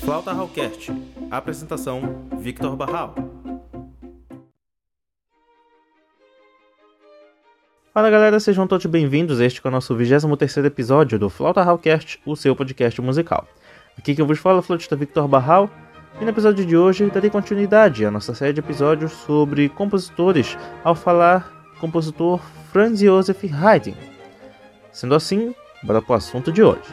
Flauta Hallcast. Apresentação: Victor Barral. Fala galera, sejam todos bem-vindos. Este é o nosso 23º episódio do Flauta Hallcast, o seu podcast musical. Aqui que eu vos falo é o flautista Victor Barral. E no episódio de hoje darei continuidade à nossa série de episódios sobre compositores, ao falar compositor Franz Joseph Haydn. Sendo assim, bora para o assunto de hoje.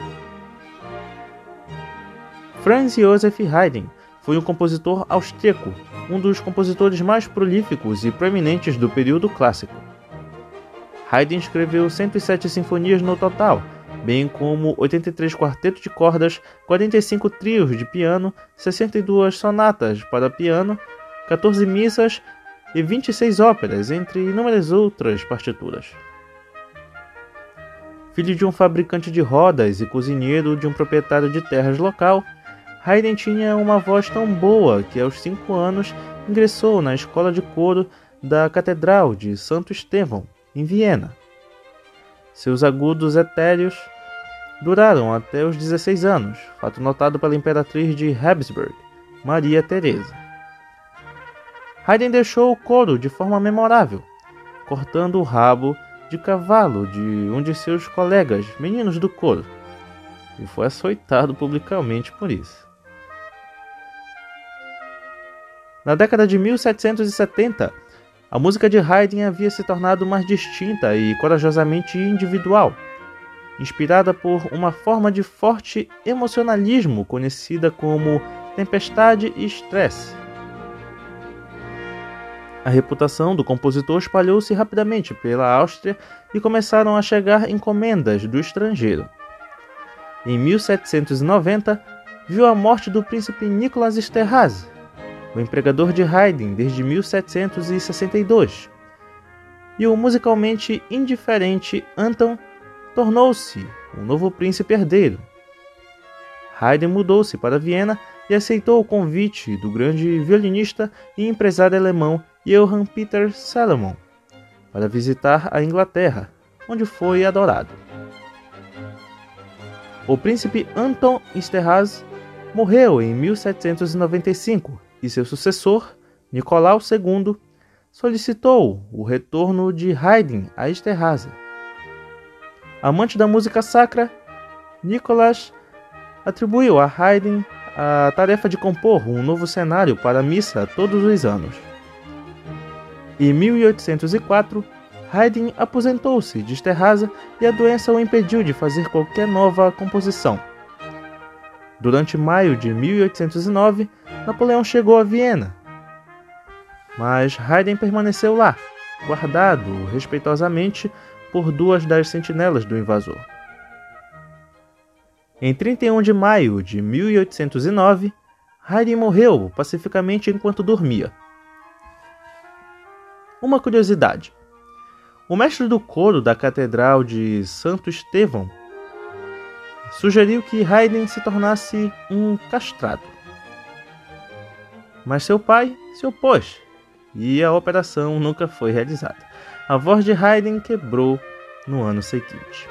Franz Joseph Haydn foi um compositor austríaco, um dos compositores mais prolíficos e proeminentes do período clássico. Haydn escreveu 107 sinfonias no total, bem como 83 quartetos de cordas, 45 trios de piano, 62 sonatas para piano, 14 missas e 26 óperas, entre inúmeras outras partituras. Filho de um fabricante de rodas e cozinheiro de um proprietário de terras local, Haydn tinha uma voz tão boa que aos 5 anos ingressou na escola de coro da Catedral de Santo Estevão, em Viena. Seus agudos etéreos duraram até os 16 anos, fato notado pela imperatriz de Habsburg, Maria Teresa. Haydn deixou o coro de forma memorável, cortando o rabo de cavalo de um de seus colegas, meninos do coro, e foi açoitado publicamente por isso. Na década de 1770, a música de Haydn havia se tornado mais distinta e corajosamente individual, inspirada por uma forma de forte emocionalismo conhecida como tempestade e estresse. A reputação do compositor espalhou-se rapidamente pela Áustria e começaram a chegar encomendas do estrangeiro. Em 1790, viu a morte do príncipe Nicholas Esterházy, o empregador de Haydn desde 1762, e o musicalmente indiferente Anton tornou-se o novo príncipe herdeiro. Haydn mudou-se para Viena e aceitou o convite do grande violinista e empresário alemão Johann Peter Salomon para visitar a Inglaterra, onde foi adorado. O príncipe Anton Esterházy morreu em 1795 e seu sucessor, Nicolau II, solicitou o retorno de Haydn a Esterházy. Amante da música sacra, Nicolas atribuiu a Haydn a tarefa de compor um novo cenário para a missa todos os anos. Em 1804, Haydn aposentou-se de Esterházy e a doença o impediu de fazer qualquer nova composição. Durante maio de 1809, Napoleão chegou a Viena, mas Haydn permaneceu lá, guardado respeitosamente por 2 das sentinelas do invasor. Em 31 de maio de 1809, Haydn morreu pacificamente enquanto dormia. Uma curiosidade: o mestre do coro da Catedral de Santo Estevão sugeriu que Haydn se tornasse um castrado. Mas seu pai se opôs e a operação nunca foi realizada. A voz de Haydn quebrou no ano seguinte.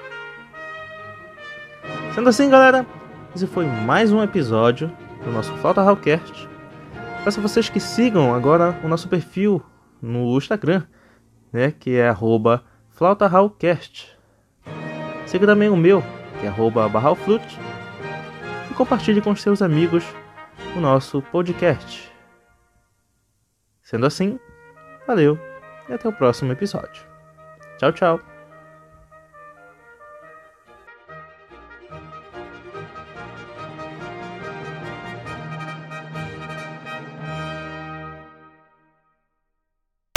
Sendo assim, galera, esse foi mais um episódio do nosso Flauta Hallcast. Peço a vocês que sigam agora o nosso perfil no Instagram, que é @FlautaHallcast. Siga também o meu, que é @barralflute, e compartilhe com seus amigos o nosso podcast. Sendo assim, valeu e até o próximo episódio. Tchau, tchau!